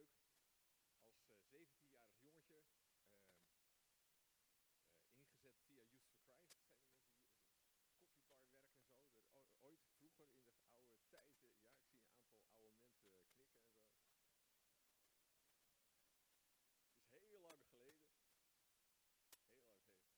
leuk. Als 17-jarig jongetje, ingezet via Youth for Christ, zijn er mensen die koffiebar werken en zo. Ooit vroeger in de oude tijd, ja, ik zie een aantal oude mensen knikken en zo. Het is heel lang geleden. Heel lang geleden.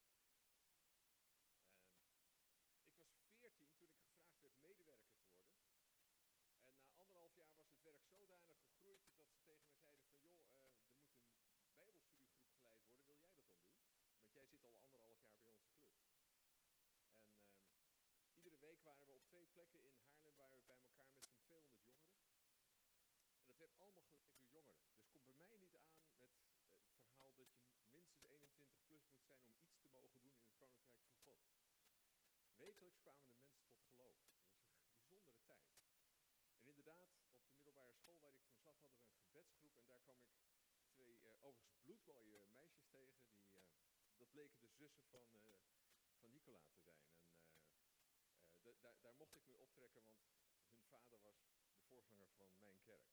Ik was 14 toen ik gevraagd werd medewerker te worden. En na 1,5 jaar was het werk zodanig gegroeid dat ze tegen mij zeiden van joh, er moet een bijbelstudiegroep geleid worden, wil jij dat dan doen? Want jij zit al 1,5 jaar bij onze club. En iedere week waren we op 2 plekken in Haarlem, waren we bij elkaar met zo'n 200 jongeren. En dat werd allemaal geleid door jongeren. Dus kom bij mij niet aan met het verhaal dat je minstens 21 plus moet zijn om iets te mogen doen in het Koninkrijk van God. Wekelijks kwamen de mensen tot geloof. Dat was een bijzondere tijd. En inderdaad, op de middelbare school waar ik toen zat, hadden we een gebedsgroep. En daar kwam ik 2 overigens bloedmooie meisjes tegen. Dat bleken de zussen van Nicola te zijn. En daar mocht ik mee optrekken, want hun vader was de voorganger van mijn kerk.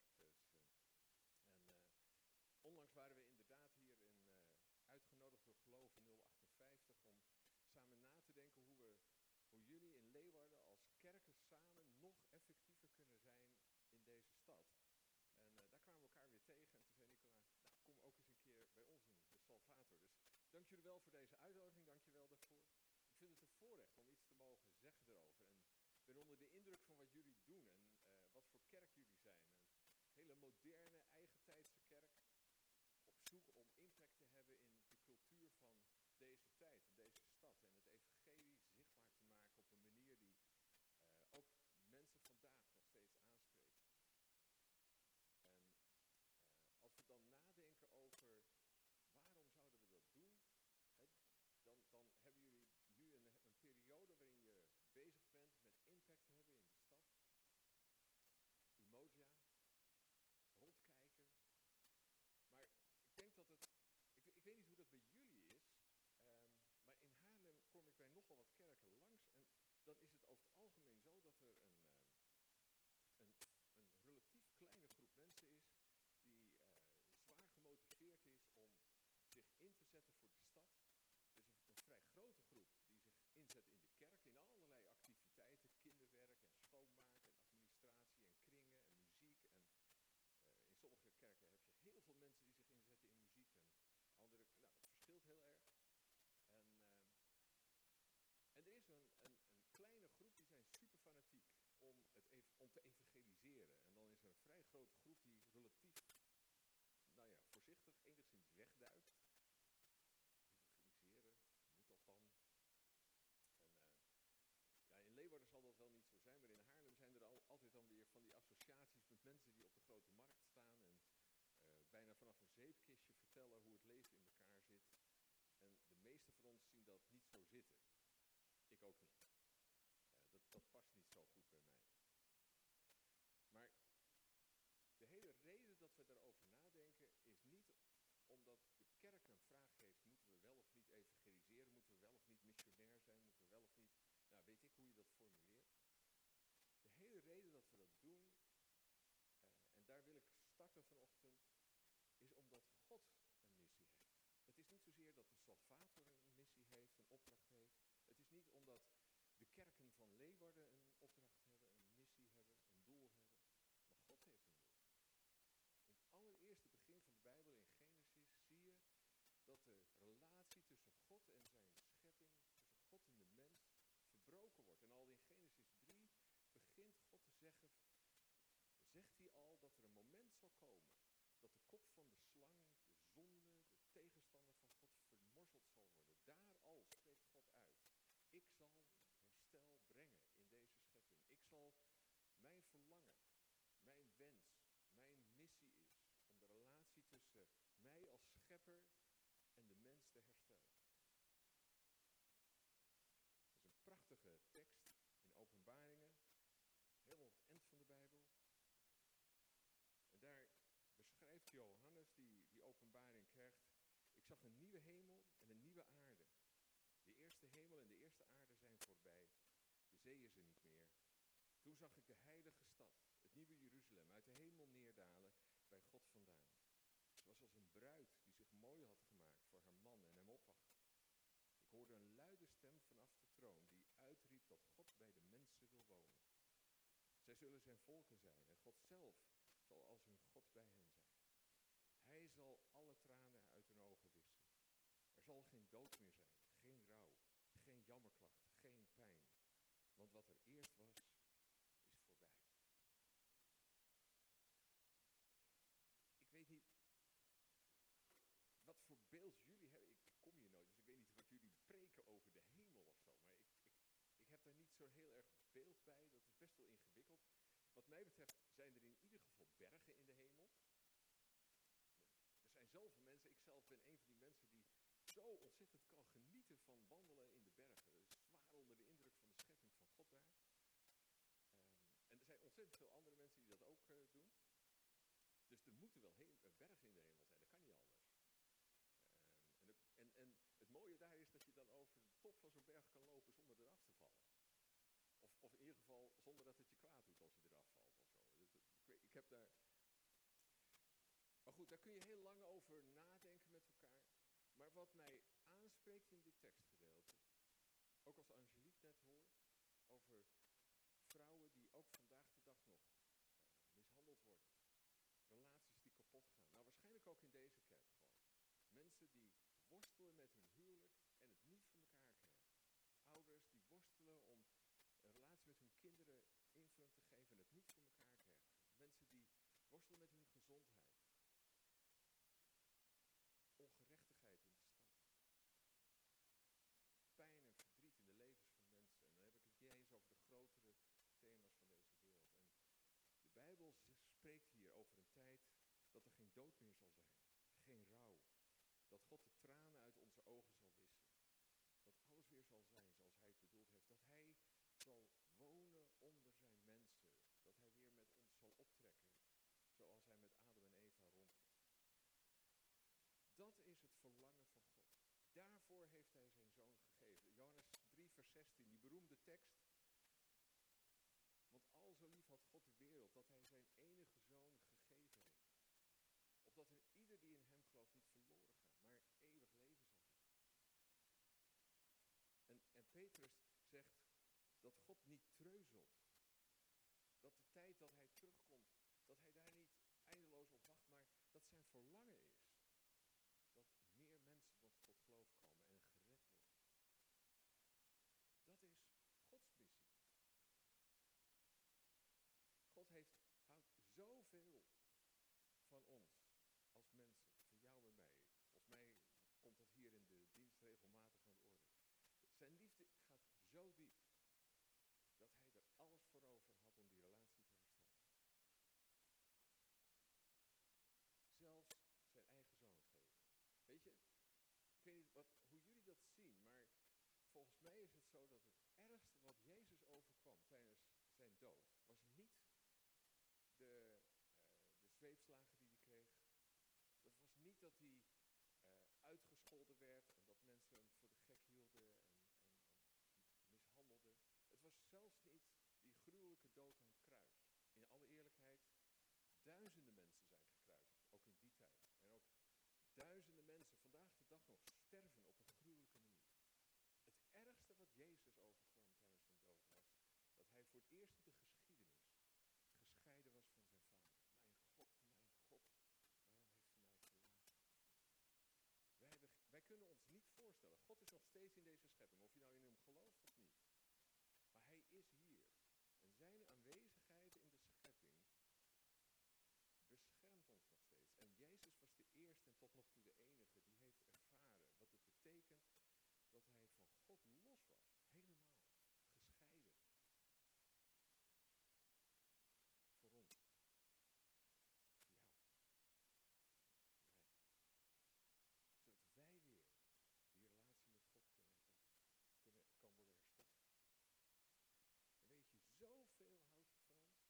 Onlangs waren we inderdaad hier uitgenodigd door Geloof 058 om samen na te denken hoe jullie in Leeuwarden als kerken samen nog effectiever kunnen zijn in deze stad. En daar kwamen we elkaar weer tegen en toen zei Nicola, nou kom ook eens een keer bij ons in de Salvator. Dus dank jullie wel voor deze uitnodiging, dank je wel daarvoor. Ik vind het een voorrecht om iets te mogen zeggen erover. En ik ben onder de indruk van wat jullie doen en wat voor kerk jullie zijn. Een hele moderne, eigentijdse kerk. Op zoek om impact te hebben in de cultuur van deze tijd, in deze stad. En het evangelie zichtbaar te maken op een manier die ook mensen vandaag nog steeds aanspreekt. En als we dan nadenken over waarom zouden we dat doen, dan hebben jullie nu een periode waarin je bezig bent met impact te hebben in de stad. Umoja, rondkijken. Maar ik denk dat ik weet niet hoe dat bij jullie is, maar in Haarlem kom ik bij nogal wat kerken langs. En dan is het over het algemeen zo dat er een relatief kleine groep mensen is die zwaar gemotiveerd is om zich in te zetten voor de stad. Dus een vrij grote groep die zich inzet in de kerk, in allerlei activiteiten, kinderwerk en schoonmaken en administratie en kringen en muziek. En in sommige kerken heb je heel veel mensen die zich inzetten in muziek en andere, nou dat verschilt heel erg. En er is een kleine groep die zijn super fanatiek om te evangeliseren. En dan is er een vrij grote groep die relatief, voorzichtig enigszins wegduikt. Evangeliseren, moet dat dan? En in Leeuwarden zal dat wel niet zo zijn, maar in Haarlem zijn er altijd dan weer van die associaties met mensen die op de grote markt staan en bijna vanaf een zeepkistje vertellen hoe het leven in elkaar zit. En de meeste van ons zien dat niet zo zitten. Ik ook niet. Dat past niet zo goed bij mij. Maar de hele reden dat we daarover nadenken is niet omdat de kerk een vraag heeft, moeten we wel of niet evangeliseren, moeten we wel of niet missionair zijn, moeten we wel of niet, weet ik hoe je dat formuleert. De hele reden dat we dat doen, en daar wil ik starten vanochtend, is omdat God een missie heeft. Het is niet zozeer dat de Salvator een missie heeft, een opdracht heeft. Het is niet omdat de kerken van Leeuwarden een opdracht hebben, een missie hebben, een doel hebben. Maar God heeft een doel. In het allereerste begin van de Bijbel, in Genesis, zie je dat de relatie tussen God en zijn schepping, tussen God en de mens, verbroken wordt. En al in Genesis 3 begint God te zeggen, zegt hij al dat er een moment zal komen dat de kop van de slang, de zonde, de tegenstander van God vermorzeld zal worden. Daar al spreekt God uit. Ik zal herstel brengen in deze schepping. Ik zal mijn verlangen, mijn wens, mijn missie is om de relatie tussen mij als schepper en de mens te herstellen. Dat is een prachtige tekst in Openbaringen, helemaal op het eind van de Bijbel. En daar beschrijft Johannes die openbaring krijgt. Ik zag een nieuwe hemel en een nieuwe aarde. De eerste hemel en de eerste aarde zijn voorbij. De zee is er niet meer. Toen zag ik de heilige stad, het nieuwe Jeruzalem, uit de hemel neerdalen. bij God vandaan. Ze was als een bruid die zich mooi had gemaakt voor haar man en hem opwachtte. Ik hoorde een luide stem vanaf de troon die uitriep dat God bij de mensen wil wonen. Zij zullen zijn volken zijn en God zelf zal als hun God bij hen zijn. Hij zal alle tranen uit hun ogen wissen. Er zal geen dood meer zijn, geen rouw, geen jammerklacht, geen pijn. Want wat er eerst was, is voorbij. Ik weet niet wat voor beeld jullie hebben. Ik kom hier nooit, dus ik weet niet wat jullie preken over de hemel of zo. Maar ik heb daar niet zo heel erg beeld bij. Dat is best wel ingewikkeld. Wat mij betreft zijn er in ieder geval bergen in de hemel. Er zijn zoveel mensen. Ik zelf ben een van die mensen die zo ontzettend kan genieten van wandelen in de bergen. Dus zwaar onder de indruk van de schepping van God daar. En er zijn ontzettend veel andere mensen die dat ook doen. Dus er moeten wel bergen in de hemel zijn. Dat kan niet anders. En het mooie daar is dat je dan over de top van zo'n berg kan lopen zonder eraf te vallen. Of in ieder geval zonder dat het je kwaad doet als je eraf valt of zo. Ik heb daar... Maar goed, daar kun je heel lang over nadenken met elkaar. Maar wat mij aanspreekt in dit tekstgedeelte, ook als Angelique net hoort, over vrouwen die ook vandaag de dag nog mishandeld worden. Relaties die kapot gaan. Nou, waarschijnlijk ook in deze kerk gewoon. Mensen die worstelen met hun huwelijk en het niet voor elkaar krijgen. Ouders die worstelen om een relatie met hun kinderen invulling te geven en het niet voor elkaar krijgen. Mensen die worstelen met hun gezondheid. Ongerechtigheid in de stad. Pijn en verdriet in de levens van mensen. En dan heb ik het niet eens over de grotere thema's van deze wereld. En de Bijbel spreekt hier over een tijd dat er geen dood meer zal zijn. Geen rouw. Dat God de tranen uit onze ogen zal wissen. Dat alles weer zal zijn zoals hij het bedoeld heeft. Dat hij zal wonen onder zijn mensen. Dat hij weer met ons zal optrekken. Zoals hij met Adam en Eva rondging. Dat is het verlangen van God. Daarvoor heeft hij zijn zoon gegeven. Johannes 3 vers 16, die beroemde tekst. Want al zo lief had God de wereld dat hij zijn enige zoon gegeven heeft. Opdat er ieder die in hem gelooft niet verloren gaat, maar eeuwig leven zal hebben. En Petrus zegt dat God niet treuzelt. Dat de tijd dat hij terugkomt, dat hij daar niet eindeloos op wacht, maar dat zijn verlangen is. Dat meer mensen tot geloof komen en gered worden. Dat is Gods missie. God houdt zoveel van ons als mensen, van jou en mij. Volgens mij komt dat hier in de dienst regelmatig aan de orde. Zijn liefde gaat zo diep dat hij er alles voor over had om die relatie te herstellen. Zelfs zijn eigen zoon geven. Weet je, ik weet niet hoe jullie dat zien, maar volgens mij is het zo dat het ergste wat Jezus overkwam tijdens zijn dood, was niet de zweepslagen die hij kreeg. Dat was niet dat hij uitgescholden werd en dat mensen hem voor de gek hielden en mishandelden. Het was zelfs niet die gruwelijke dood aan het kruis. In alle eerlijkheid, duizenden mensen zijn gekruisigd, ook in die tijd. En ook duizenden mensen vandaag de dag nog sterven op een gruwelijke manier. Het ergste wat Jezus overkwam tijdens zijn dood was dat hij voor het eerst in de geschiedenis gescheiden was van zijn vader. Mijn God, waarom heeft u mij verlaten? Wij kunnen ons niet voorstellen. God is nog steeds in deze schepping, of je nou in hem gelooft of niet. Maar hij is hier. En zijn aanwezigheid in de schepping beschermt ons nog steeds. En Jezus was de eerste en tot nog toe de enige die heeft ervaren wat het betekent dat hij van God los was. Helemaal. Gescheiden. Voor ons. Voor jou. Voor mij. Zodat wij weer die relatie met God kan worden hersteld. En weet je, zoveel houdt hij van ons.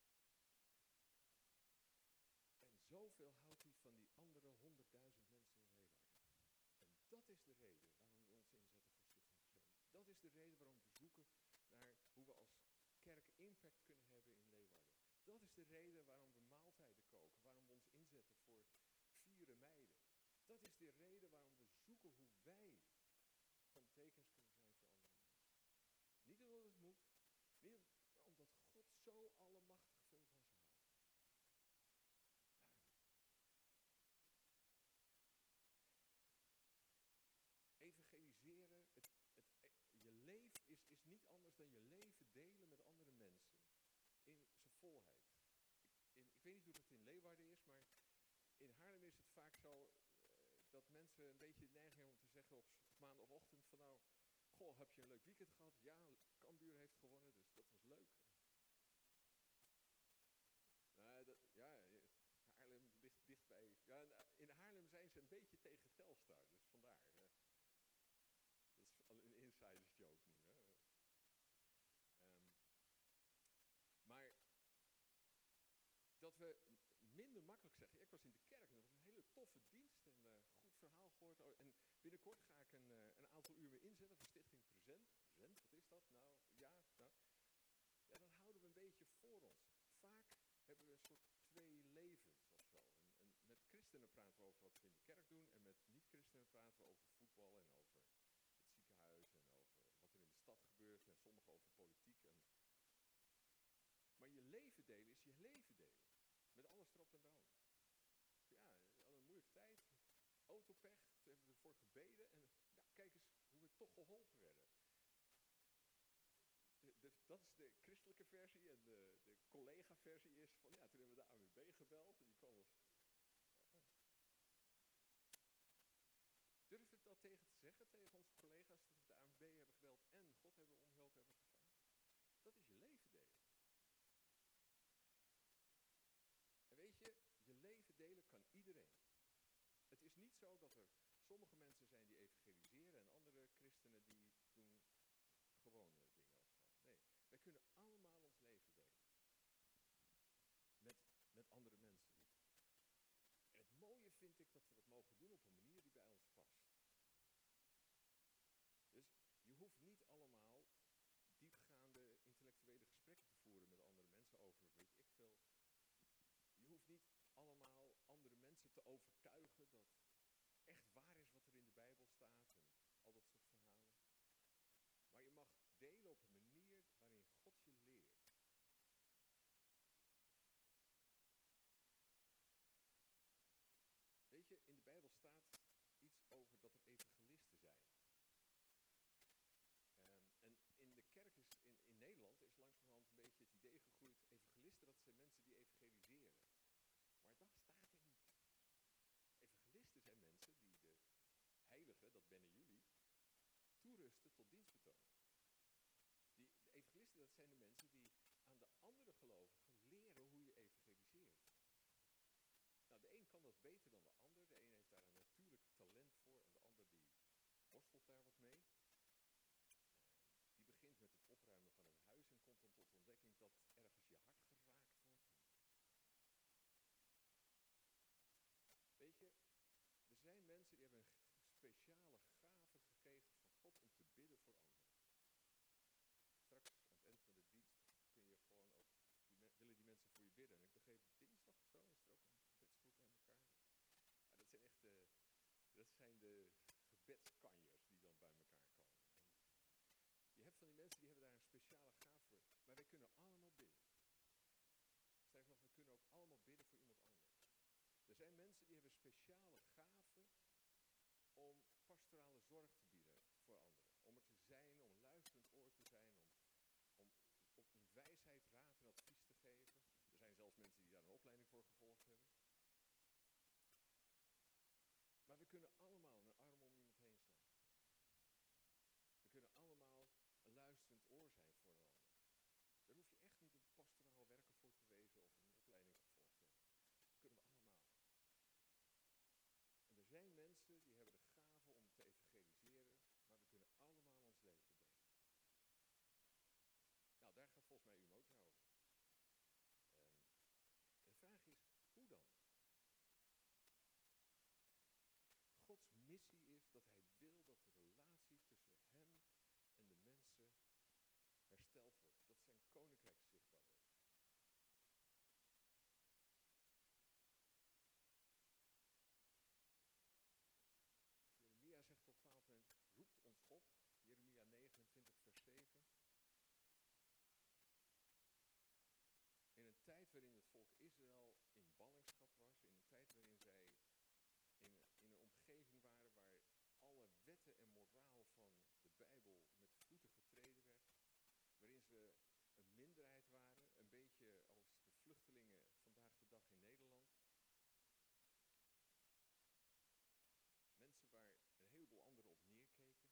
En zoveel houdt hij van die andere 100.000 mensen in Leeuwarden. En dat is de reden waarom we ons inzetten voor Stichting Bescherming. Dat is de reden waarom we zoeken naar hoe we als kerk impact kunnen hebben in Leeuwarden. Dat is de reden waarom we maaltijden koken, waarom we ons Dat is de reden waarom we zoeken hoe wij van betekenis kunnen zijn voor andere mensen. Niet omdat het moet, niet omdat God zo allemachtig veel van ze houdt. Evangeliseren, je leven is niet anders dan je leven delen met andere mensen in zijn volheid. Ik weet niet hoe dat in Leeuwarden is, maar in Haarlem is het vaak zo dat mensen een beetje de neiging hebben om te zeggen op maandagochtend van nou, goh, heb je een leuk weekend gehad? Ja, Cambuur heeft gewonnen, dus dat was leuk. Haarlem ligt dichtbij. Ja, in Haarlem zijn ze een beetje tegen Telstar, dus vandaar. Dat is een insiders joke nu. Hè? Maar dat we minder makkelijk zeggen. Ik was in de kerk en dat was een hele toffe dienst en goed verhaal gehoord. En binnenkort ga ik een aantal uur weer inzetten voor Stichting Present. Present, wat is dat? Nou, ja, dan houden we een beetje voor ons. Vaak hebben we een soort twee levens of zo. En met christenen praten we over wat we in de kerk doen en met niet-christenen praten we over voetbal en over het ziekenhuis en over wat er in de stad gebeurt en sommigen over politiek. Maar je leven delen is je leven delen. Met alles erop en eraan. Ja, we hadden een moeilijke tijd. Autopech. Toen hebben we ervoor gebeden. En kijk eens hoe we toch geholpen werden. Dat is de christelijke versie. En de collega-versie is van ja, toen hebben we de ANWB gebeld. En die kwam ons... Durf ik dat tegen te zeggen tegen onze collega's? Dat we de ANWB hebben gebeld en God hebben om hulp hebben gevraagd. Dat is je leven delen. En weet je, je leven delen kan iedereen. Het is niet zo dat er sommige mensen zijn die evangeliseren en andere christenen die doen gewone dingen of zo. Nee, wij kunnen allemaal ons leven delen. Met andere mensen. En het mooie vind ik dat we dat mogen doen op een manier die bij ons past. Dus je hoeft niet allemaal diepgaande intellectuele gesprekken te voeren met andere mensen over, weet ik veel. Je hoeft niet allemaal andere mensen te overtuigen dat echt waar is wat er in de Bijbel staat en al dat soort verhalen. Maar je mag delen op een manier waarin God je leert. Weet je, in de Bijbel staat iets over dat er evangelisten zijn. En in de kerk in Nederland is langzamerhand een beetje het idee gegroeid, evangelisten dat zijn mensen die evangeliseren. Maar dat staat er niet. Evangelisten zijn mensen die de heiligen, dat bennen jullie, toerusten tot dienstbetoon. De evangelisten, dat zijn de mensen die aan de andere gelovigen leren hoe je evangeliseert. Nou, de een kan dat beter dan de ander. De een heeft daar een natuurlijk talent voor en de ander die worstelt daar wat mee. Die begint met het opruimen van een huis en komt dan tot de ontdekking dat ergens je hart geraakt wordt. Weet je, er zijn mensen die hebben een speciale gave gekregen van God om te bidden voor anderen. Straks aan het eind van de dienst kun je gewoon ook, willen die mensen voor je bidden. En ik begreep dinsdag of zo, is er ook een gebedsgroep bij elkaar. Ja, dat zijn echt dat zijn de gebedskanjers die dan bij elkaar komen. En je hebt van die mensen die hebben daar een speciale gave voor. Maar wij kunnen allemaal bidden. Sterker nog, we kunnen ook allemaal bidden voor iemand anders. Er zijn mensen die hebben speciale gaven om pastorale zorg te bieden voor anderen. Om er te zijn, om een luisterend oor te zijn, om in wijsheid raad en advies te geven. Er zijn zelfs mensen die daar een opleiding voor gevolgd hebben. Maar we kunnen allemaal een arm om iemand heen slaan. We kunnen allemaal een luisterend oor zijn voor een ander. Daar hoef je echt niet een pastoraal werker voor gewezen of een opleiding gevolgd te hebben. Dat kunnen we allemaal. En er zijn mensen die hebben de gave om te evangeliseren, maar we kunnen allemaal ons leven delen. Nou, daar gaat volgens mij uw motie over. En de vraag is, hoe dan? Gods waarin het volk Israël in ballingschap was, in een tijd waarin zij in een omgeving waren waar alle wetten en moraal van de Bijbel met voeten getreden werd, waarin ze een minderheid waren, een beetje als de vluchtelingen vandaag de dag in Nederland. Mensen waar een heleboel anderen op neerkeken,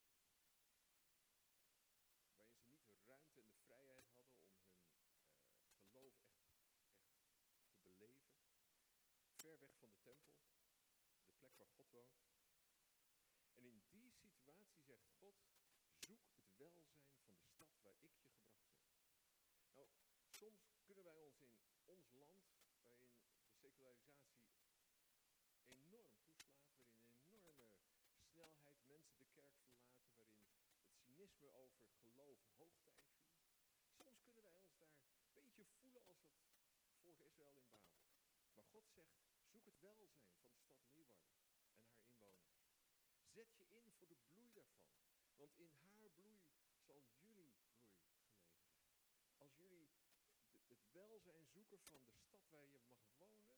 waarin ze niet de ruimte en de vrijheid hadden om hun geloof echt te beleven. Ver weg van de tempel, de plek waar God woont. En in die situatie zegt God, zoek het welzijn van de stad waar ik je gebracht heb. Nou, soms kunnen wij ons in ons land, waarin de secularisatie enorm toeslaat, waarin een enorme snelheid mensen de kerk verlaten, waarin het cynisme over geloof hoogtij viert. Soms kunnen wij ons daar een beetje voelen als het volk Israël in Babel. Maar God zegt, zoek het welzijn van de stad Leeuwarden en haar inwoners. Zet je in voor de bloei daarvan. Want in haar bloei zal jullie bloei gelegen zijn. Als jullie het welzijn zoeken van de stad waar je mag wonen,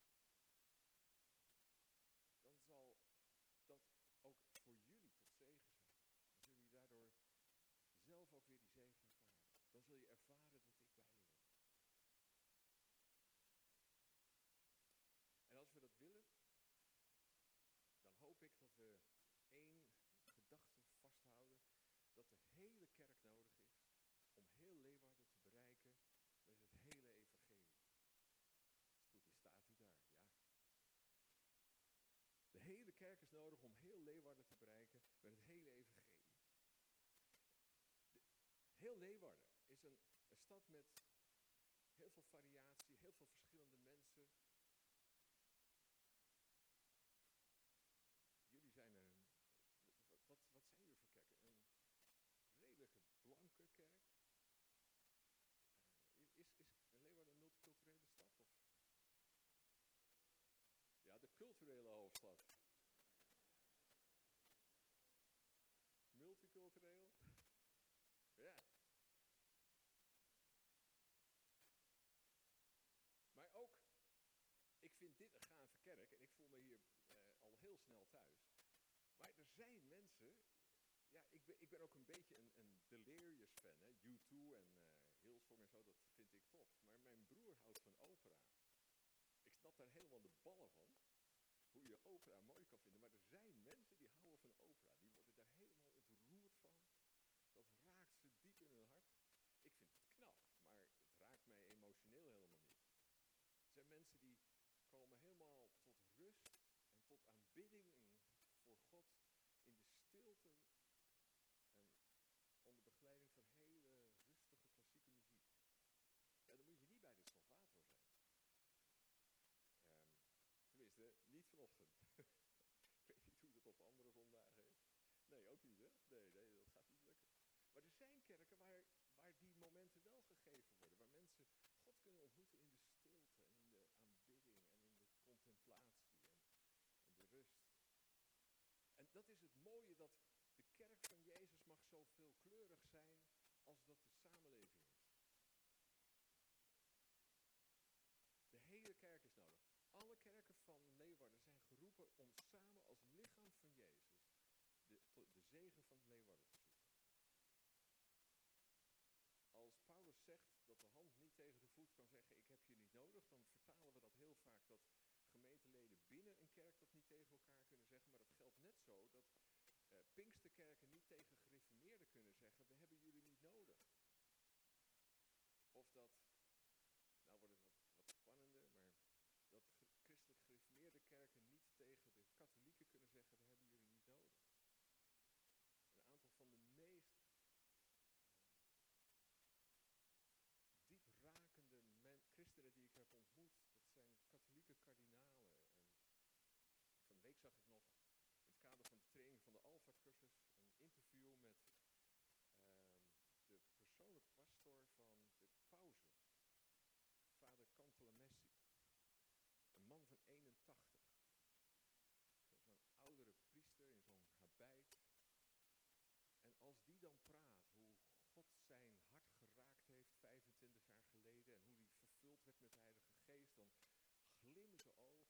dan zal dat ook voor jullie tot zegen zijn. Dan zullen jullie daardoor zelf ook weer die zegen ervaren. Dan zul je ervaren dat ik bij je ben. En als we dat willen, dan hoop ik dat we één gedachte vasthouden, dat de hele kerk nodig is om heel Leeuwarden te bereiken met het hele evangelie. Als het goed is, staat u daar, ja. De hele kerk is nodig om heel Leeuwarden te bereiken met het hele evangelie. Heel Leeuwarden is een stad met heel veel variatie, heel veel verschillende mensen. Jullie zijn wat zijn jullie voor kerk? Een redelijke blanke kerk. Is Leeuwarden een multiculturele stad? Of? Ja, de culturele hoofdstad. Multicultureel? Ja. Maar ook, ik vind dit een gave kerk en ik voel me hier al heel snel thuis. Maar er zijn mensen, ja, ik ben ook een beetje een Delirious fan, hè? U2 en Hillsong en zo, dat vind ik top. Maar mijn broer houdt van opera. Ik snap daar helemaal de ballen van, hoe je opera mooi kan vinden. Maar er zijn mensen die houden van opera, die worden daar helemaal ontroerd van. Dat raakt ze diep in hun hart. Ik vind het knap, maar het raakt mij emotioneel helemaal niet. Er zijn mensen die komen helemaal tot rust en tot aanbidding voor God in de stilte en onder begeleiding van hele rustige klassieke muziek. Ja, dan moet je niet bij de Salvator zijn. Tenminste, niet vanochtend. Ik weet niet hoe het op andere zondagen is. Nee, ook niet, hè? Nee, dat gaat niet lukken. Maar er zijn kerken waar die momenten wel gegeven worden. Waar mensen God kunnen ontmoeten in de stilte en in de aanbidding en in de contemplatie en de rust. En dat is het mooie, dat de kerk van Jezus mag zo veelkleurig zijn als dat de samenleving is. De hele kerk is nodig. Alle kerken van Leeuwarden zijn geroepen om samen als lichaam van Jezus de zegen van Leeuwarden te zoeken. Als Paulus zegt dat de hand niet tegen de voet kan zeggen, ik heb je niet nodig, dan vertalen we dat heel vaak dat gemeenteleden binnen een kerk dat niet tegen elkaar kunnen zeggen. Maar dat geldt net zo dat Pinksterkerken niet tegen gereformeerden kunnen zeggen, we hebben jullie niet nodig. Of dat, nou wordt het wat spannender, maar dat christelijk gereformeerde kerken niet tegen de katholieken kunnen zeggen, we hebben jullie niet nodig. Een aantal van de meest dieprakende christenen die ik heb ontmoet, dat zijn katholieke kardinalen. En van de week zag ik nog in het kader van de training van de Alpha-cursus een interview met de persoonlijk pastoor van de pauze, vader Cantalamessi. Een man van 81. Zo'n oudere priester in zo'n habit. En als die dan praat hoe God zijn hart geraakt heeft 25 jaar geleden en hoe die vervuld werd met de Heilige dan glimmen zijn ogen.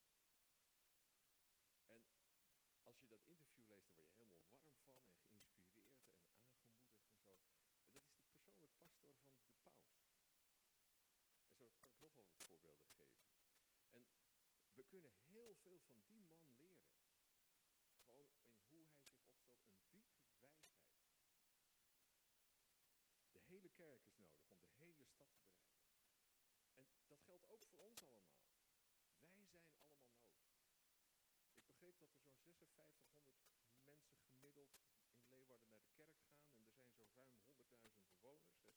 En als je dat interview leest, dan word je helemaal warm van en geïnspireerd en aangemoedigd en zo. En dat is de persoonlijk pastor van de paus. En zo kan ik nog wel wat voorbeelden geven. En we kunnen heel veel van die man leren. Gewoon in hoe hij zich opstelt, een diepe wijsheid. De hele kerk is nodig om de hele stad te bereiken. En dat geldt ook voor ons allemaal. Wij zijn allemaal nodig. Ik begreep dat er zo'n 5600 mensen gemiddeld in Leeuwarden naar de kerk gaan. En er zijn zo ruim 100.000 bewoners. Dus,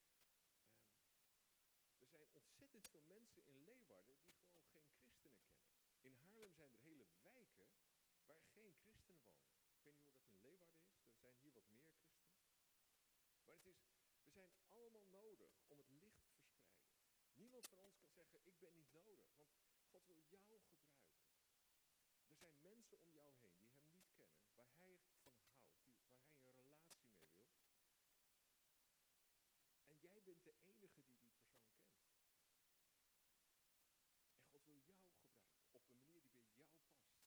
er zijn ontzettend veel mensen in Leeuwarden die gewoon geen christenen kennen. In Haarlem zijn er hele wijken waar geen christenen wonen. Ik weet niet hoe dat in Leeuwarden is. Er zijn hier wat meer christenen. Maar we zijn allemaal nodig om het licht te verspreiden. Niemand van ons kan zeggen, ik ben niet nodig. Want God wil jou gebruiken. Er zijn mensen om jou heen die hem niet kennen. Waar hij van houdt. Waar hij een relatie mee wil. En jij bent de enige die die persoon kent. En God wil jou gebruiken. Op een manier die bij jou past.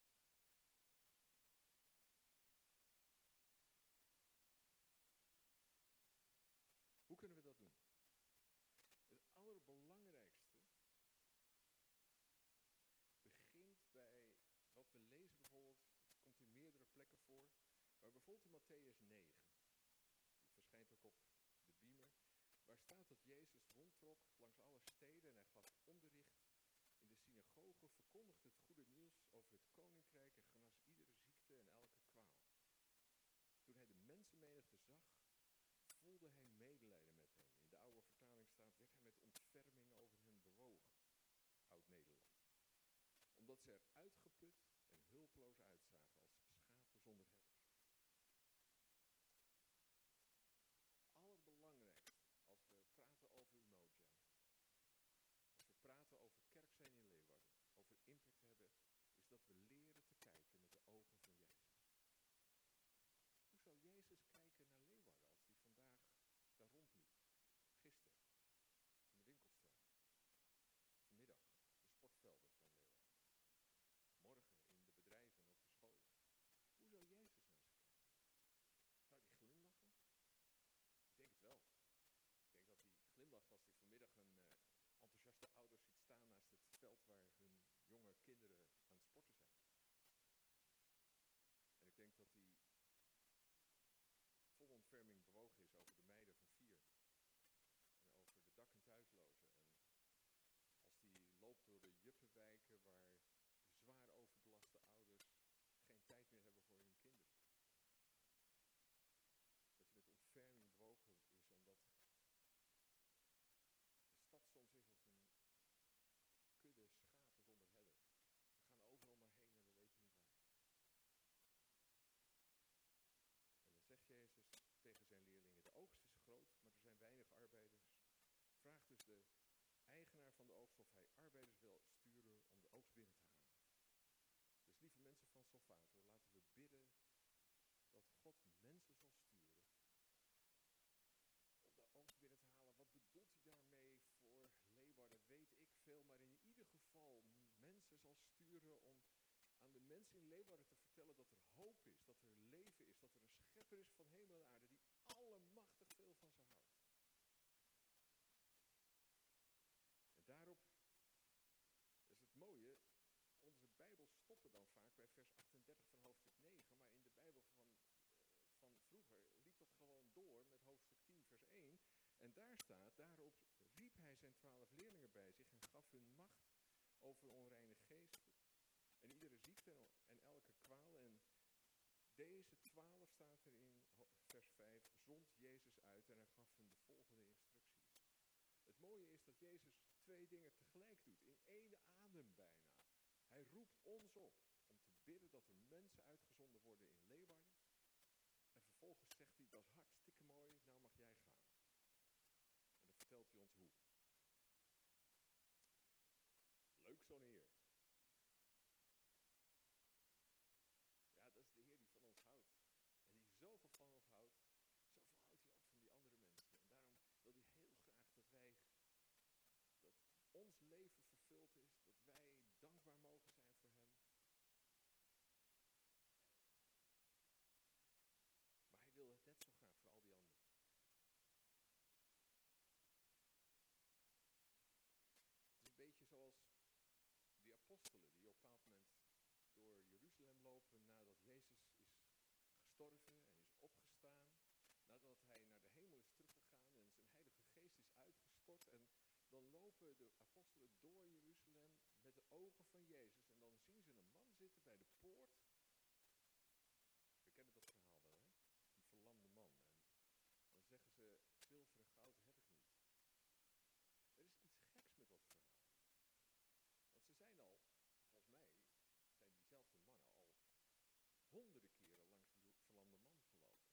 Hoe kunnen we dat doen? Het allerbelangrijkste begint bij wat we lezen bijvoorbeeld. Het komt in meerdere plekken voor. Maar bijvoorbeeld in Mattheüs 9. Die verschijnt ook op de beamer. Waar staat dat Jezus rondtrok langs alle steden en hij gaf onderricht in de synagogen, verkondigde het goede nieuws over het koninkrijk en genas iedere ziekte en elke kwaal. Toen hij de mensenmenigte zag, voelde hij medelijden met hen. In de oude vertaling staat, werd hij met ontferming over hen bewogen. Oud-Nederlands. Omdat ze er uitgeput en hulpeloos uitzagen als schapen zonder herders. Allerbelangrijkste als we praten over Umoja. Als we praten over kerk zijn in Leeuwarden. Over impact hebben. Is dat we leren te kijken met de ogen van Jezus. Hoe zou Jezus kijken naar Leeuwarden als hij vandaag daar rondliep? Gisteren. In de winkelstraat. Vanmiddag. Op de sportvelden van Leeuwarden. Morgen in de bedrijven en op de scholen. Hoe zou Jezus naar ze kijken? Zou hij glimlachen? Ik denk het wel. Ik denk dat hij glimlacht als hij vanmiddag een enthousiaste ouders ziet staan naast het veld waar hun jonge kinderen aan het sporten zijn. En ik denk dat hij vol ontferming bewogen is over de meiden van 4. En over de dak- en thuislozen. En als hij loopt door de juppenwijken waar zwaar overbelaste ouders geen tijd meer hebben voor hun kinderen. Dat hij met ontferming bewogen is omdat de stad soms is als een kudde schapen zonder herder. We gaan overal maar heen en we weten niet waar. En dan zegt Jezus tegen zijn leerlingen, de oogst is groot, maar er zijn weinig arbeiders. Vraag dus de eigenaar van de oogst of hij arbeiders wil sturen om de oogst binnen te halen. Dus lieve mensen van Salvator, laten we bidden dat God mensen zal sturen om de oogst binnen te halen. Wat bedoelt hij daarmee voor Leeuwarden, weet ik veel. Maar in ieder geval mensen zal sturen om aan de mensen in Leeuwarden te vertellen dat er hoop is, dat er leven is, dat er een schepper is van hemel en aarde die allemachtig veel van ze houdt. En daarop is het mooie, onze Bijbels stoppen dan vaak bij vers 38 van hoofdstuk 9, maar in de Bijbel van vroeger liep dat gewoon door met hoofdstuk 10 vers 1. En daar staat, daarop riep hij zijn 12 leerlingen bij zich en gaf hun macht over onreine geesten en iedere ziekte en elke kwaal. En deze 12 staat er in vers 5, zond Jezus uit en hij gaf hun de volgende instructies. Het mooie is dat Jezus 2 dingen tegelijk doet, in één adem bijna. Hij roept ons op om te bidden dat er mensen uitgezonden worden in Leeuwarden. En vervolgens zegt hij, dat is hartstikke mooi, nou mag jij gaan. En dan vertelt hij ons hoe. Leuk zo'n Heer. Ja, dat is de Heer die van ons houdt. En die zoveel van ons houdt, zoveel houdt hij ook van die andere mensen. En daarom wil hij heel graag dat ons leven vervuld apostelen die op een bepaald moment door Jeruzalem lopen nadat Jezus is gestorven en is opgestaan. Nadat hij naar de hemel is teruggegaan en zijn heilige geest is uitgestort. En dan lopen de apostelen door Jeruzalem met de ogen van Jezus. En dan zien ze een man zitten bij de poort. We kennen dat verhaal wel, hè? Die verlamde man. En dan zeggen ze, zilver en goud heb ik niet. Er is iets geks met dat verhaal. Want ze zijn al, volgens mij, zijn diezelfde mannen al honderden keren langs die verlamde man gelopen.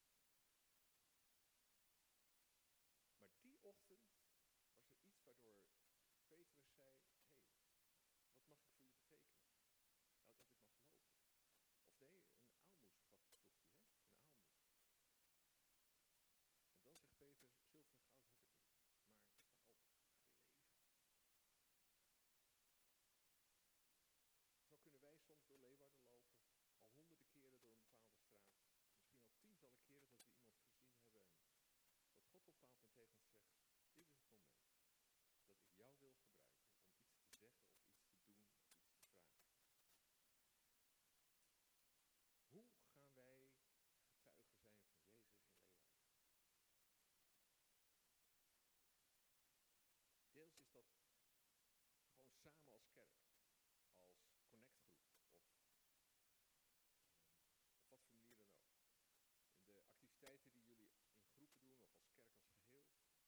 Maar die ochtend was er iets waardoor Petrus zei, hé, wat mag ik voor je betekenen? Nou, dat ik mag lopen. Of nee, een aalmoes vroeg hij, hè? Een aalmoes. En dan zegt Petrus, zilver en goud heb ik niet. Maar sta op, ga weer leven. Zo kunnen wij soms door Leeuwarden lopen, al honderden keren door een bepaalde straat. Misschien al tientallen keren dat we iemand gezien hebben. En dat God op een bepaald moment tegen ons zegt, dit is het moment dat ik jou wil gebruiken om iets te zeggen of iets te doen of iets te vragen. Hoe gaan wij getuigen zijn van Jezus in Leeuwarden? Deels is dat gewoon samen als kerk, als connectgroep of op wat voor manier dan ook. In de activiteiten die jullie in groepen doen of als kerk als geheel.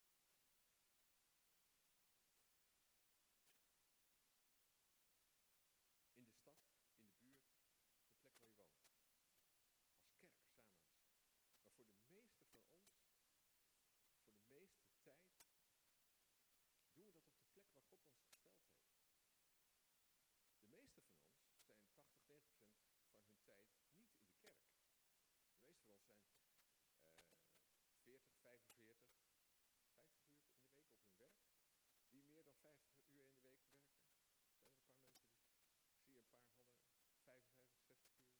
In de stad, in de buurt, op de plek waar je woont. Als kerk samen aan het staan. Maar voor de meeste van ons, voor de meeste tijd, doen we dat op de plek waar God ons gesteld heeft. De meeste van ons zijn 80-90% van hun tijd niet in de kerk. De meeste van ons zijn 40, 45, 50 uur in de week op hun werk. Wie meer dan 50 uur in de week werken? Zijn er een paar mensen die... Ik zie een paar handen, 55, 60 uur.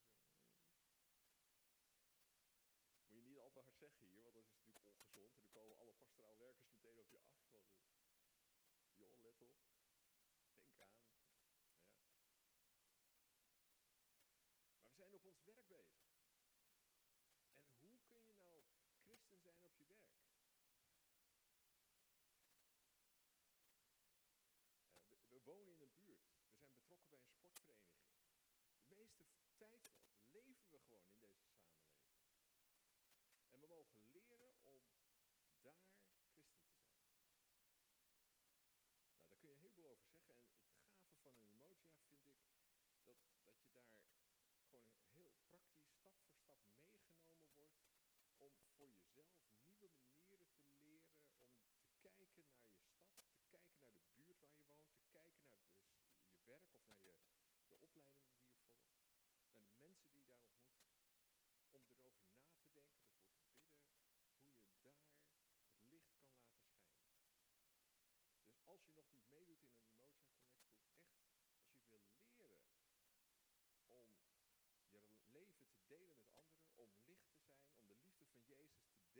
Moet je niet al te hard zeggen hier, want dat is natuurlijk ongezond. En dan komen alle pastoraal werkers meteen op je af. Want, joh, let op. Denk aan. Ja. Maar we zijn op ons werk bezig. En hoe kun je nou christen zijn op je werk? We wonen in een buurt. We zijn betrokken bij een sportvereniging. De meeste tijd leven we gewoon in deze samenleving. En we mogen leren om daar christen te zijn. Nou, daar kun je een heleboel over zeggen. En het gave van een Umoja vind ik dat je daar gewoon heel praktisch stap voor stap meegenomen wordt om voor jezelf nieuwe manieren te leren, om te kijken naar je stad, te kijken naar de buurt waar je woont, te kijken naar je werk of naar de opleidingen die je volgt, naar de mensen die je daar ontmoet, om erover na te denken, ervoor te bidden, hoe je daar het licht kan laten schijnen. Dus als je nog niet meedoet in een Umoja Connect groep, echt, als je wil leren om je leven te delen met anderen, om licht te zijn, om de liefde van Jezus te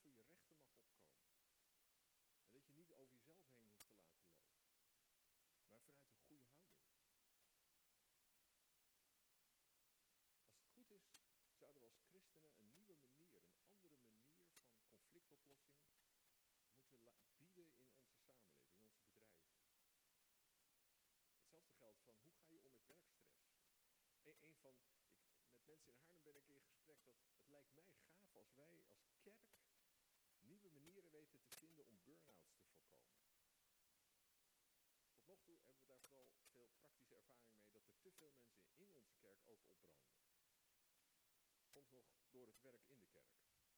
voor je rechten mag opkomen. En dat je niet over jezelf heen hoeft te laten lopen. Maar vanuit een goede houding. Als het goed is, zouden we als christenen een nieuwe manier, een andere manier van conflictoplossing moeten bieden in onze samenleving, in onze bedrijven. Hetzelfde geldt van, hoe ga je om met werkstress? Met mensen in Haarlem ben ik in gesprek dat het lijkt mij gaaf als wij als kerk nieuwe manieren weten te vinden om burn-outs te voorkomen. Tot nog toe hebben we daar vooral veel praktische ervaring mee dat er te veel mensen in onze kerk ook opbranden. Soms nog door het werk in de kerk.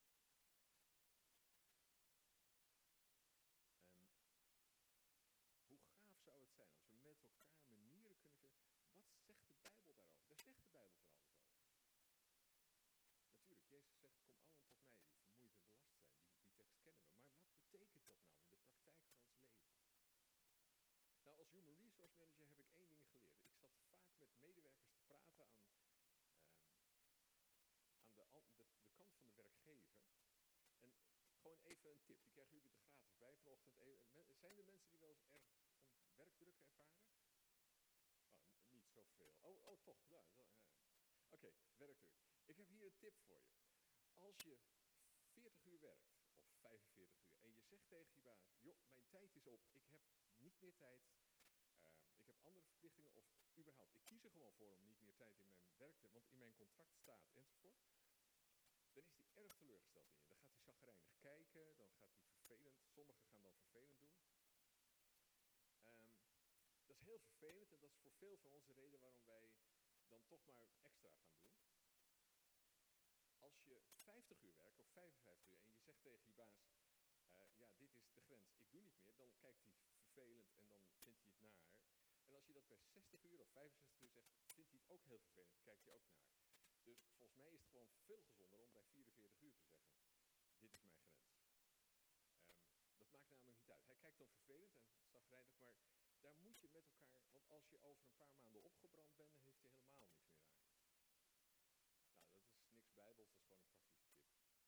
En hoe gaaf zou het zijn als we met elkaar manieren kunnen vinden. Wat zegt de Bijbel daarover? Daar zegt de Bijbel van alles over. Natuurlijk, Jezus zegt, kom allen tot mij die vermoeid en belast zijn. Die tekst kennen we. Maar wat betekent dat nou in de praktijk van ons leven? Nou, als Human Resource Manager heb ik één ding geleerd. Ik zat vaak met medewerkers te praten aan de kant van de werkgever. En gewoon even een tip, die krijgen jullie er gratis bij vanochtend. Zijn er mensen die wel eens erg werkdruk ervaren? Oh, niet zoveel. Oh toch. Oké, werkdruk. Ik heb hier een tip voor je. Als je 40 uur werkt, of 45 uur, en je zegt tegen je baas, joh, mijn tijd is op, ik heb niet meer tijd, ik heb andere verplichtingen, of überhaupt, ik kies er gewoon voor om niet meer tijd in mijn werk te hebben, want in mijn contract staat, enzovoort. Dan is hij erg teleurgesteld in je. Dan gaat hij chagrijnig kijken, dan gaat hij vervelend, sommigen gaan dan vervelend doen. Dat is heel vervelend en dat is voor veel van ons de reden waarom wij dan toch maar extra gaan doen. Als je 50 uur werkt of 55 uur en je zegt tegen je baas, ja, dit is de grens, ik doe niet meer, dan kijkt hij vervelend en dan vindt hij het naar. En als je dat bij 60 uur of 65 uur zegt, vindt hij het ook heel vervelend, kijkt hij ook naar. Dus volgens mij is het gewoon veel gezonder om bij 44 uur te zeggen, dit is mijn grens. Dat maakt namelijk niet uit. Hij kijkt dan vervelend en chagrijnig, maar daar moet je met elkaar, want als je over een paar maanden opgebrand bent, dan heeft hij helemaal niks meer aan je. Nou, dat is niks bijbels, dat is gewoon een praktische tip.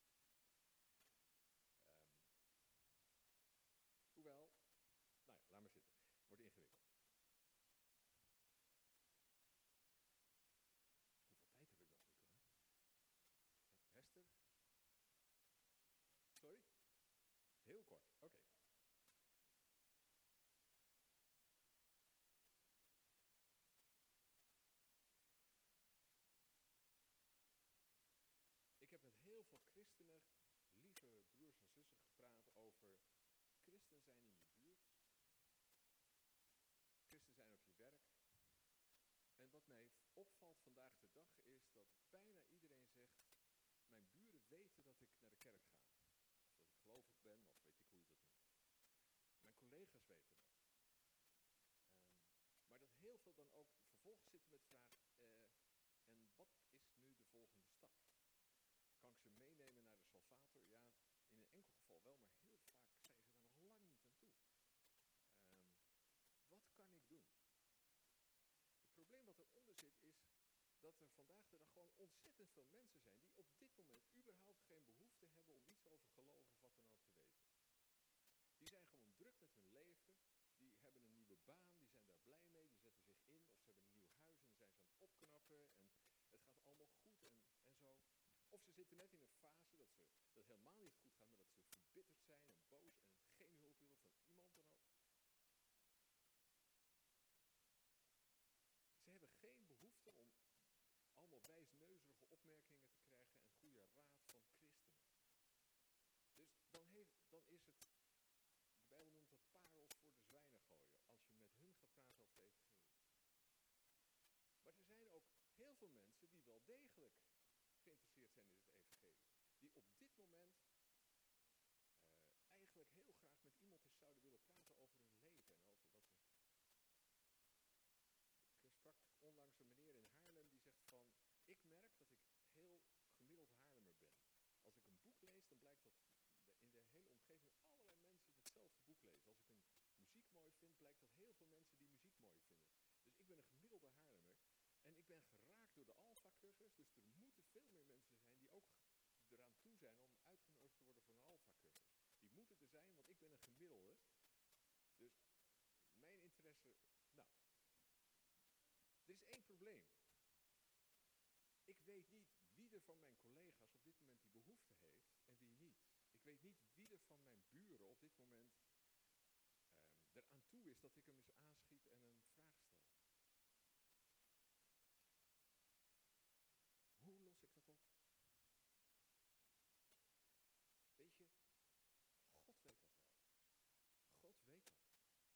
Hoewel, nou ja, laat maar zitten. Wordt ingewikkeld. Hoeveel tijd heb ik nog, Nicola? Hester? Sorry? Heel kort, oké. Ik heb met heel veel christenen, lieve broers en zussen, gepraat over christen zijn in je buurt. Christen zijn op je werk. En wat mij opvalt vandaag de dag is dat bijna iedereen zegt, mijn buren weten dat ik naar de kerk ga. Of dat ik gelovig ben, of weet ik hoe je dat noemt. Mijn collega's weten dat. Maar dat heel veel dan ook vervolgens zitten met de vraag, en wat is nu de volgende stap? Kan ik ze meenemen naar de Salvator? Ja, in een enkel geval wel, maar heel vaak zijn ze daar nog lang niet aan toe. Wat kan ik doen? Het probleem wat eronder zit is dat er vandaag de dag gewoon ontzettend veel mensen zijn die op dit moment überhaupt geen behoefte hebben om iets over geloof of wat dan ook te weten. Die zijn gewoon druk met hun leven, die hebben een nieuwe baan, die zijn daar blij mee, die zetten zich in of ze hebben een nieuw huis en dan zijn ze aan het opknappen en het gaat allemaal goed en zo. Of ze zitten net in een fase dat het helemaal niet goed gaat, maar dat ze verbitterd zijn en boos en geen hulp willen van iemand dan ook. Ze hebben geen behoefte om allemaal wijsneuzerige opmerkingen te krijgen en goede raad van christenen. Dus dan is het, de Bijbel noemt dat parels voor de zwijnen gooien, als je met hun gaat praten over het evangelie. Maar er zijn ook heel veel mensen die wel degelijk geïnteresseerd zijn in het evangelie. Die op dit moment eigenlijk heel graag met iemand eens zouden willen praten over hun leven en over wat er... Ik sprak onlangs een meneer in Haarlem die zegt van, ik merk dat ik heel gemiddeld Haarlemmer ben. Als ik een boek lees, dan blijkt dat in de hele omgeving allerlei mensen hetzelfde boek lezen. Als ik een muziek mooi vind, blijkt dat heel veel mensen die muziek mooi vinden. Dus ik ben een gemiddelde Haarlemmer. En ik ben geraakt door de Alpha-cursus, dus er moeten veel meer mensen zijn die ook eraan toe zijn om uitgenodigd te worden voor een Alpha-cursus. is één probleem. Ik weet niet wie er van mijn collega's op dit moment die behoefte heeft en wie niet. Ik weet niet wie er van mijn buren op dit moment eraan toe is dat ik hem eens aanschiet en een vraag stel. Hoe los ik dat op? Weet je, God weet dat wel. God weet dat.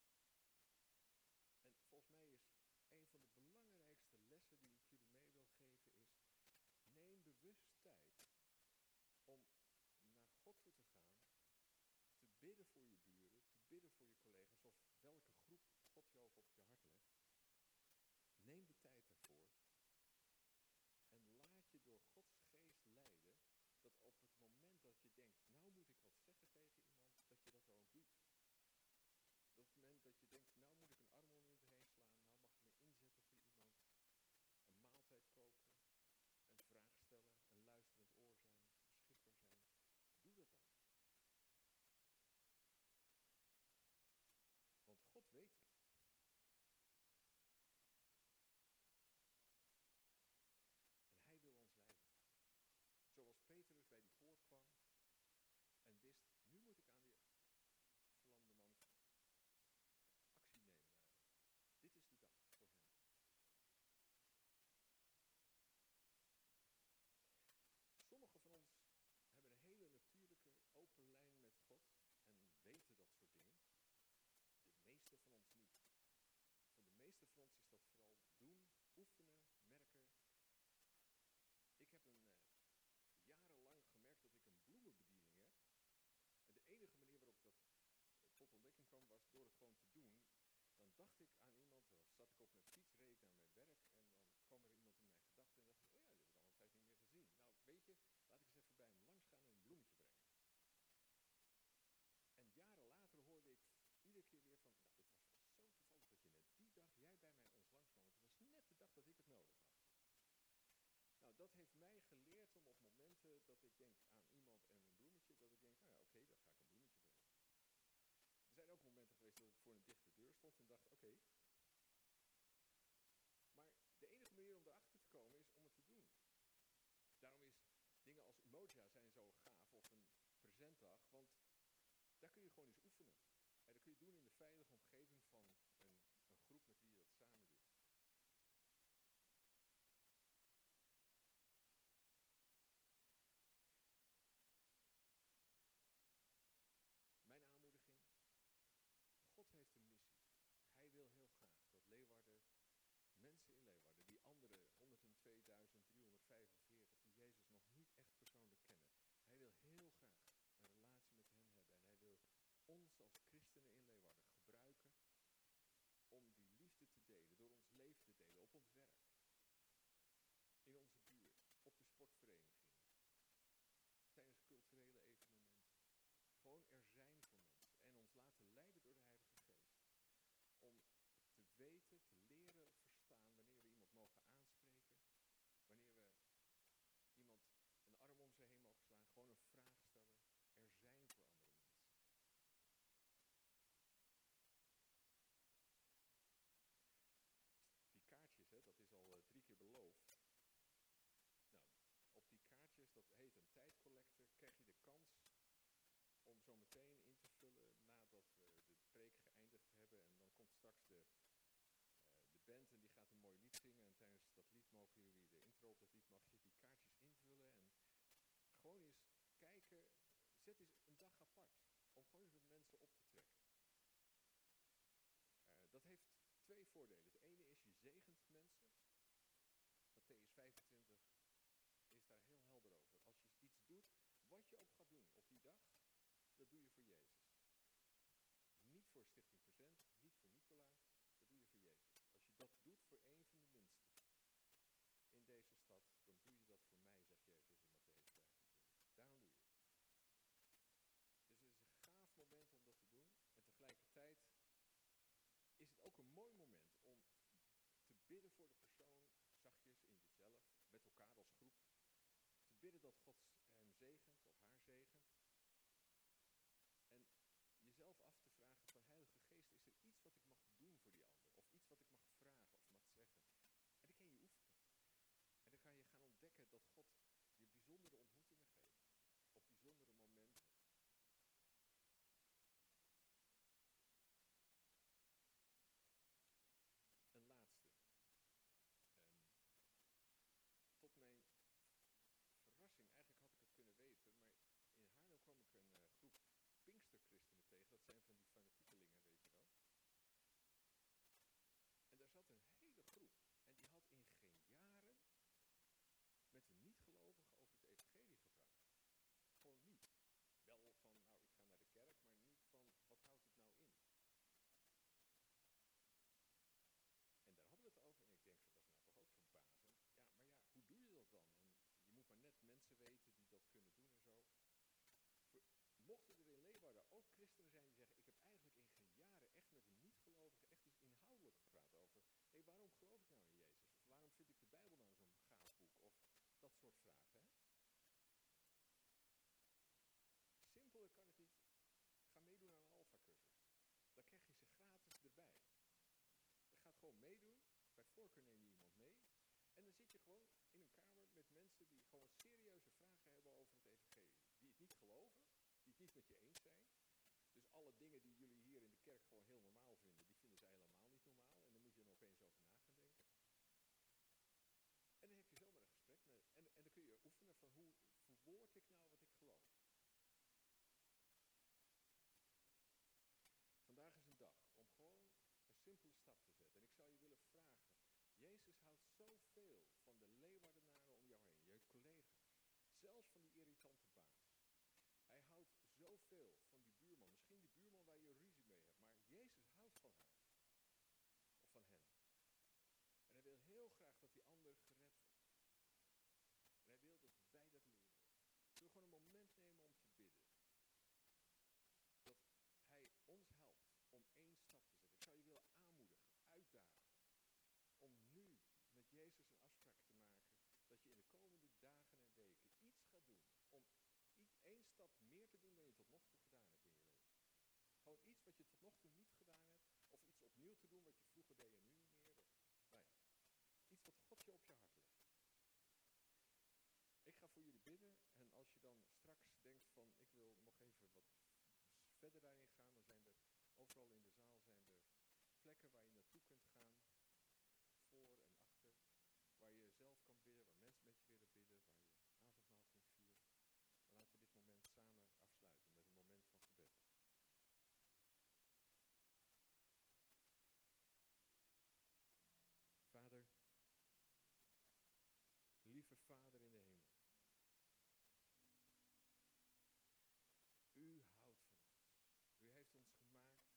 En volgens mij is een van de belangrijkste lessen die ik jullie mee wil geven is, neem bewust tijd om naar God toe te gaan, te bidden voor je buren, te bidden voor je collega's of welke groep God je ook op je hart legt. Neem de tijd daarvoor en laat je door Gods geest leiden, dat op het moment dat je denkt, nou moet ik wat zeggen tegen iemand, dat je dat dan ook doet. Dat op het moment dat je denkt, nou moet ik een arm om iemand heen slaan, nou mag ik me inzetten voor iemand, een maaltijd koken, een vraag stellen, een luisterend oor zijn, beschikbaar zijn, doe dat dan. Want God weet het. En hij wil ons leiden. Zoals Petrus bij die poort kwam en wist, nu moet ik aan die verlamde man actie nemen eigenlijk. Dit is de dag voor hem. Sommigen van ons hebben een hele natuurlijke open lijn met God en weten dat soort dingen. De meeste van ons niet. Voor de meeste van ons is dat vooral doen, oefenen, merken. Ik heb jarenlang gemerkt dat ik een bloemenbediening heb. En de enige manier waarop ik dat tot ontdekking kwam was door het gewoon te doen. Dan dacht ik aan iemand, dan zat ik op mijn fiets, reed ik naar mijn werk en dan kwam er iemand in mijn gedachten en dacht ik, oh ja, die heb ik al een tijd niet meer gezien. Nou, weet je, laat ik eens even bij hem langs gaan en een bloemetje brengen. En jaren later hoorde ik iedere keer weer van, nou, het was wel zo toevallig dat je net die dag jij bij mij ons langskwam, want het was net de dag dat ik het nodig had. Nou, dat heeft mij geleerd om op momenten dat ik denk aan iemand en een bloemetje, dat ik denk, nou ja, oké, dan ga ik een bloemetje brengen. Er zijn ook momenten geweest dat ik voor een dichte deur stond en dacht, oké. Maar de enige manier om erachter te komen is om het te doen. Daarom is dingen als Umoja zijn zo gaaf of een presentdag, want daar kun je gewoon eens oefenen. En dat kun je doen in de veilige omgeving van een groep met wie je dat samen doet. Mijn aanmoediging, God heeft een missie. Hij wil heel graag dat Leeuwarden, mensen in Leeuwarden, die andere 102.345 die Jezus nog niet echt persoonlijk kennen. Hij wil heel graag een relatie met hen hebben. En hij wil ons als christenen in Leeuwarden gebruiken om die liefde te delen, door ons leven te delen, op ons werk, in onze buurt, op de sportverenigingen, tijdens culturele evenementen. Gewoon er zijn voor mensen en ons laten leiden door de Heilige Geest. Om te weten, te leren verstaan wanneer we iemand mogen aanspreken, wanneer we iemand een arm om ze heen mogen slaan, gewoon een vraag stellen, er zijn voor andere mensen. Die kaartjes, hè, dat is al 3 keer beloofd. Nou, op die kaartjes, dat heet een tijdcollector, krijg je de kans om zo meteen in te vullen nadat we de preek geëindigd hebben. En dan komt straks de band en die gaat een mooi lied zingen. En tijdens dat lied mogen jullie, de intro op dat lied, mag je die kaartjes invullen. En gewoon eens kijken, zet eens een dag apart om gewoon eens met mensen op te trekken. Dat heeft 2 voordelen. Het ene is, je zegent mensen. Matthäus 25 is daar heel helder over. Als je iets doet, wat je ook gaat doen op die dag, dat doe je voor Jezus. Niet voor Stichting Verzend, niet voor Nicolaas, dat doe je voor Jezus. Als je dat doet voor een van de minsten in deze stad, dan doe je dat voor mij, zegt Jezus in Matthäus 25. Daarom doe je het. Dus het is een gaaf moment om dat te doen. En tegelijkertijd is het ook een mooi moment om te bidden voor de persoon, zachtjes in jezelf, met elkaar als groep. Te bidden dat God hem zegent of haar zegent. En jezelf af te vragen van Heilige Geest, is er iets wat ik mag doen voor die ander? Of iets wat ik mag vragen of mag zeggen? voorkeur neem je iemand mee. En dan zit je gewoon in een kamer met mensen die gewoon serieuze vragen hebben over het evangelie. Die het niet geloven, die het niet met je eens zijn. Dus alle dingen die jullie hier in de kerk gewoon heel normaal vinden, die vinden zij helemaal niet normaal. En dan moet je er opeens over na gaan denken. En dan heb je zomaar een gesprek met, en dan kun je oefenen van hoe verwoord ik nou wat ik geloof. Vandaag is een dag om gewoon een simpele stap te zetten. En ik zou je willen vragen, Jezus houdt zoveel van de Leeuwardenaren om jou heen, je collega's. Zelfs van die irritante baas. Hij houdt zoveel van die buurman. Misschien die buurman waar je ruzie mee hebt. Maar Jezus houdt van haar. Of van hen. En hij wil heel graag dat die ander gered wordt. En hij wil dat wij dat leren. Zullen we gewoon een moment nemen om te bidden. Dat hij ons helpt om één stap te zetten. Ik zou je willen aanmoedigen, uitdagen. Om nu met Jezus een afspraak te maken. Dat je in de komende dagen en weken iets gaat doen. Om één stap meer te doen dan je tot nog toe gedaan hebt in je leven. Gewoon iets wat je tot nog toe niet gedaan hebt. Of iets opnieuw te doen wat je vroeger deed en nu niet meer. Of, nou ja, iets wat God je op je hart legt. Ik ga voor jullie bidden. En als je dan straks denkt van ik wil nog even wat verder daarin gaan. Dan zijn er overal in de zaal zijn er plekken waar je naartoe kunt gaan. Voor en achter. Waar je zelf kan bidden. Waar mensen met je willen bidden. Waar je avondmaal kunt vieren. Maar laten we dit moment samen afsluiten met een moment van gebed. Vader, lieve Vader in de hemel. U houdt van ons. U heeft ons gemaakt.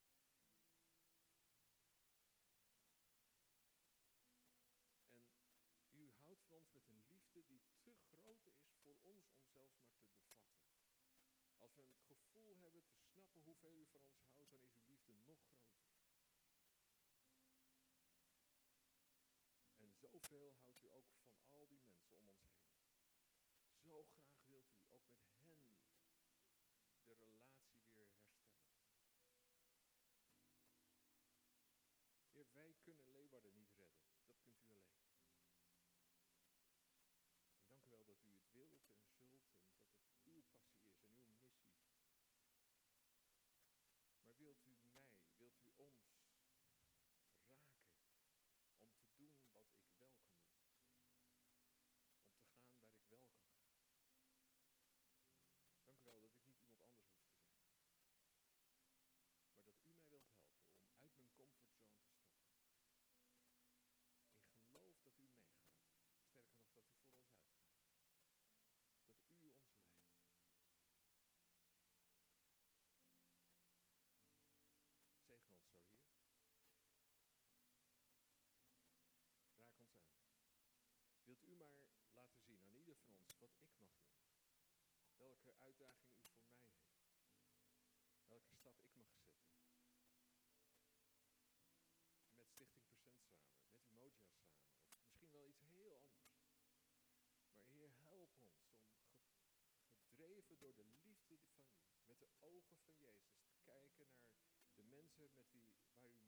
En u houdt van ons met een liefde die te groot is voor ons om zelfs maar te bevatten. Als we het gevoel hebben te snappen hoeveel u van ons houdt, dan is uw liefde nog groter. En zoveel houdt u ook van al die mensen om ons heen. Zo graag wilt u ook met hen de relatie weer herstellen. Heer, wij kunnen Leeuwarden niet redden. Dat kunt u alleen. En dank u wel dat u het wilt en zult en dat het uw passie is en uw missie. Maar wilt u mij, wilt u ons raken om te doen wat ik wel kan doen. Om te gaan waar ik wel kan gaan. Dank u wel dat ik niet iemand anders hoef te zijn. Maar dat u mij wilt helpen om uit mijn comfortzone te stappen. In geloof dat u meegaat. Sterker nog dat u voor ons uitgaat. Dat u ons leidt. Zegen ons zo, Heer. Raak ons aan. Wilt u maar laten zien aan ieder van ons wat ik mag doen. Welke uitdaging u voor mij heeft. Welke stap ik mag zetten. Met Stichting Percent samen. Met Umoja samen. Of misschien wel iets heel anders. Maar Heer, help ons om gedreven door de liefde van u. Met de ogen van Jezus te kijken naar de mensen waar u